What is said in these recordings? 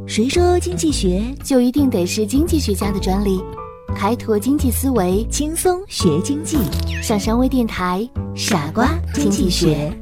谁说经济学就一定得是经济学家的专利？开拓经济思维，轻松学经济。上山微电台，傻瓜经济学。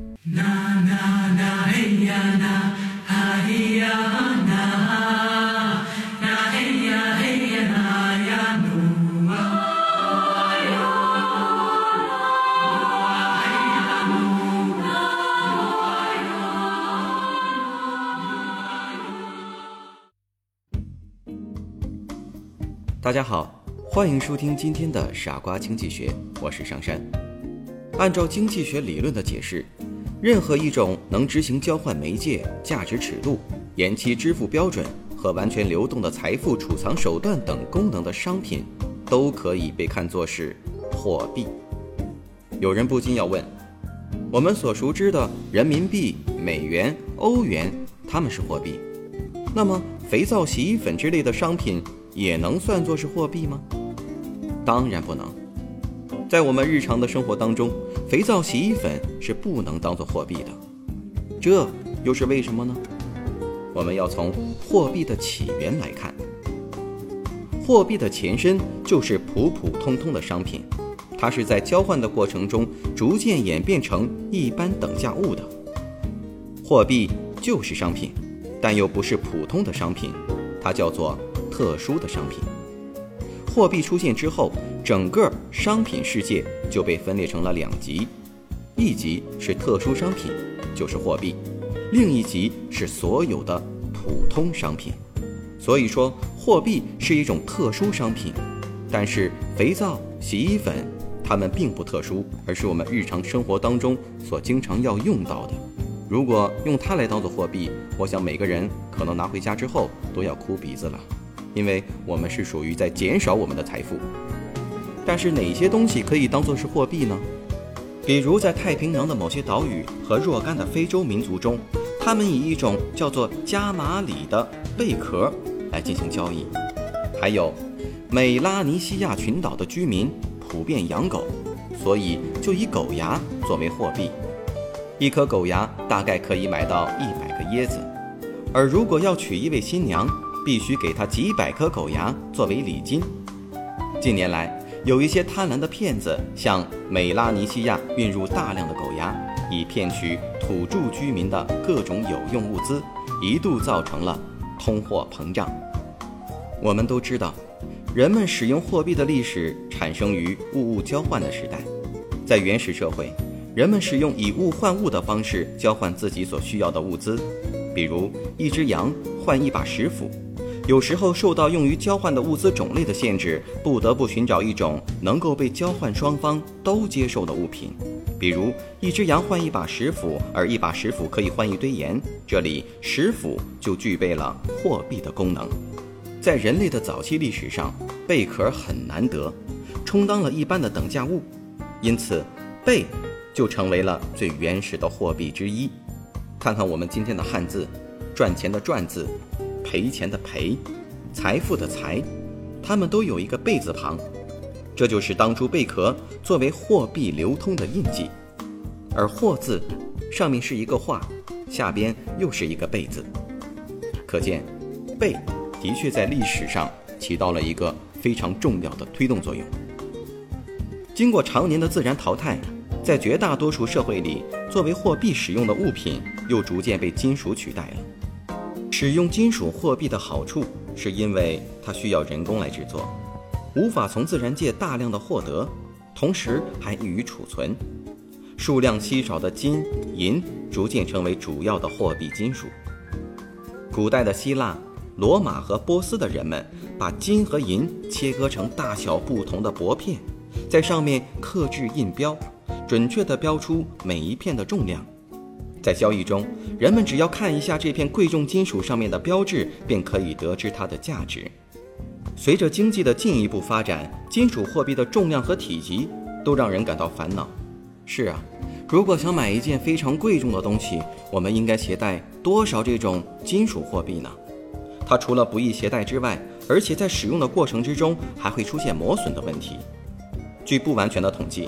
大家好，欢迎收听今天的傻瓜经济学，我是上山。按照经济学理论的解释，任何一种能执行交换媒介、价值尺度、延期支付标准和完全流动的财富储藏手段等功能的商品，都可以被看作是货币。有人不禁要问，我们所熟知的人民币、美元、欧元，它们是货币，那么肥皂、洗衣粉之类的商品也能算作是货币吗？当然不能。在我们日常的生活当中，肥皂、洗衣粉是不能当作货币的。这又是为什么呢？我们要从货币的起源来看。货币的前身就是普普通通的商品，它是在交换的过程中逐渐演变成一般等价物的。货币就是商品，但又不是普通的商品，它叫做特殊的商品。货币出现之后，整个商品世界就被分裂成了两级，一级是特殊商品，就是货币，另一级是所有的普通商品。所以说，货币是一种特殊商品，但是肥皂、洗衣粉它们并不特殊，而是我们日常生活当中所经常要用到的。如果用它来当作货币，我想每个人可能拿回家之后都要哭鼻子了，因为我们是属于在减少我们的财富。但是哪些东西可以当作是货币呢？比如在太平洋的某些岛屿和若干的非洲民族中，他们以一种叫做加马里的贝壳来进行交易。还有美拉尼西亚群岛的居民普遍养狗，所以就以狗牙作为货币。一颗狗牙大概可以买到100个椰子，而如果要娶一位新娘，必须给她几百颗狗牙作为礼金。近年来，有一些贪婪的骗子向美拉尼西亚运入大量的狗牙，以骗取土著居民的各种有用物资，一度造成了通货膨胀。我们都知道，人们使用货币的历史产生于物交换的时代。在原始社会，人们使用以物换物的方式交换自己所需要的物资，比如一只羊换一把石斧。有时候受到用于交换的物资种类的限制，不得不寻找一种能够被交换双方都接受的物品，比如一只羊换一把石斧，而一把石斧可以换一堆盐，这里石斧就具备了货币的功能。在人类的早期历史上，贝壳很难得，充当了一般的等价物，因此贝就成为了最原始的货币之一。看看我们今天的汉字，赚钱的赚字，赔钱的赔，财富的财，它们都有一个贝字旁，这就是当初贝壳作为货币流通的印记。而货字上面是一个画，下边又是一个贝字，可见贝的确在历史上起到了一个非常重要的推动作用。经过常年的自然淘汰，在绝大多数社会里，作为货币使用的物品又逐渐被金属取代了。使用金属货币的好处是因为它需要人工来制作，无法从自然界大量的获得，同时还易于储存。数量稀少的金、银逐渐成为主要的货币金属。古代的希腊、罗马和波斯的人们把金和银切割成大小不同的薄片，在上面刻制印标，准确地标出每一片的重量。在交易中，人们只要看一下这片贵重金属上面的标志，便可以得知它的价值。随着经济的进一步发展，金属货币的重量和体积都让人感到烦恼。是啊，如果想买一件非常贵重的东西，我们应该携带多少这种金属货币呢？它除了不易携带之外，而且在使用的过程之中还会出现磨损的问题。据不完全的统计，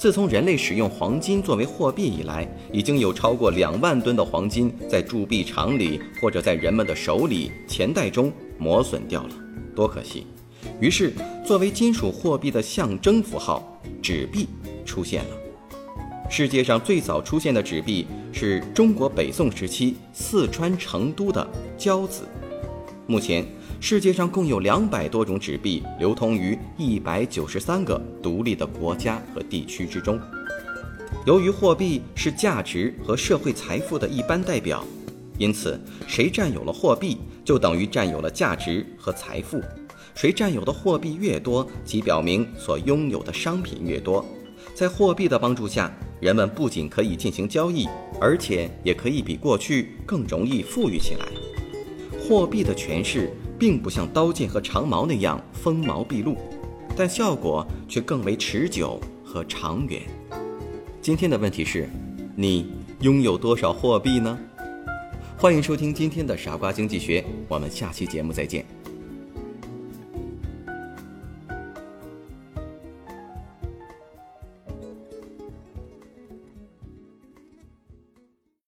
自从人类使用黄金作为货币以来，已经有超过2万吨的黄金在铸币厂里或者在人们的手里、钱袋中磨损掉了，多可惜！于是，作为金属货币的象征符号，纸币出现了。世界上最早出现的纸币是中国北宋时期四川成都的交子。目前，世界上共有200多种纸币流通于193个独立的国家和地区之中。由于货币是价值和社会财富的一般代表，因此谁占有了货币，就等于占有了价值和财富。谁占有的货币越多，即表明所拥有的商品越多。在货币的帮助下，人们不仅可以进行交易，而且也可以比过去更容易富裕起来。货币的权势并不像刀剑和长矛那样锋芒毕露，但效果却更为持久和长远。今天的问题是，你拥有多少货币呢？欢迎收听今天的傻瓜经济学，我们下期节目再见。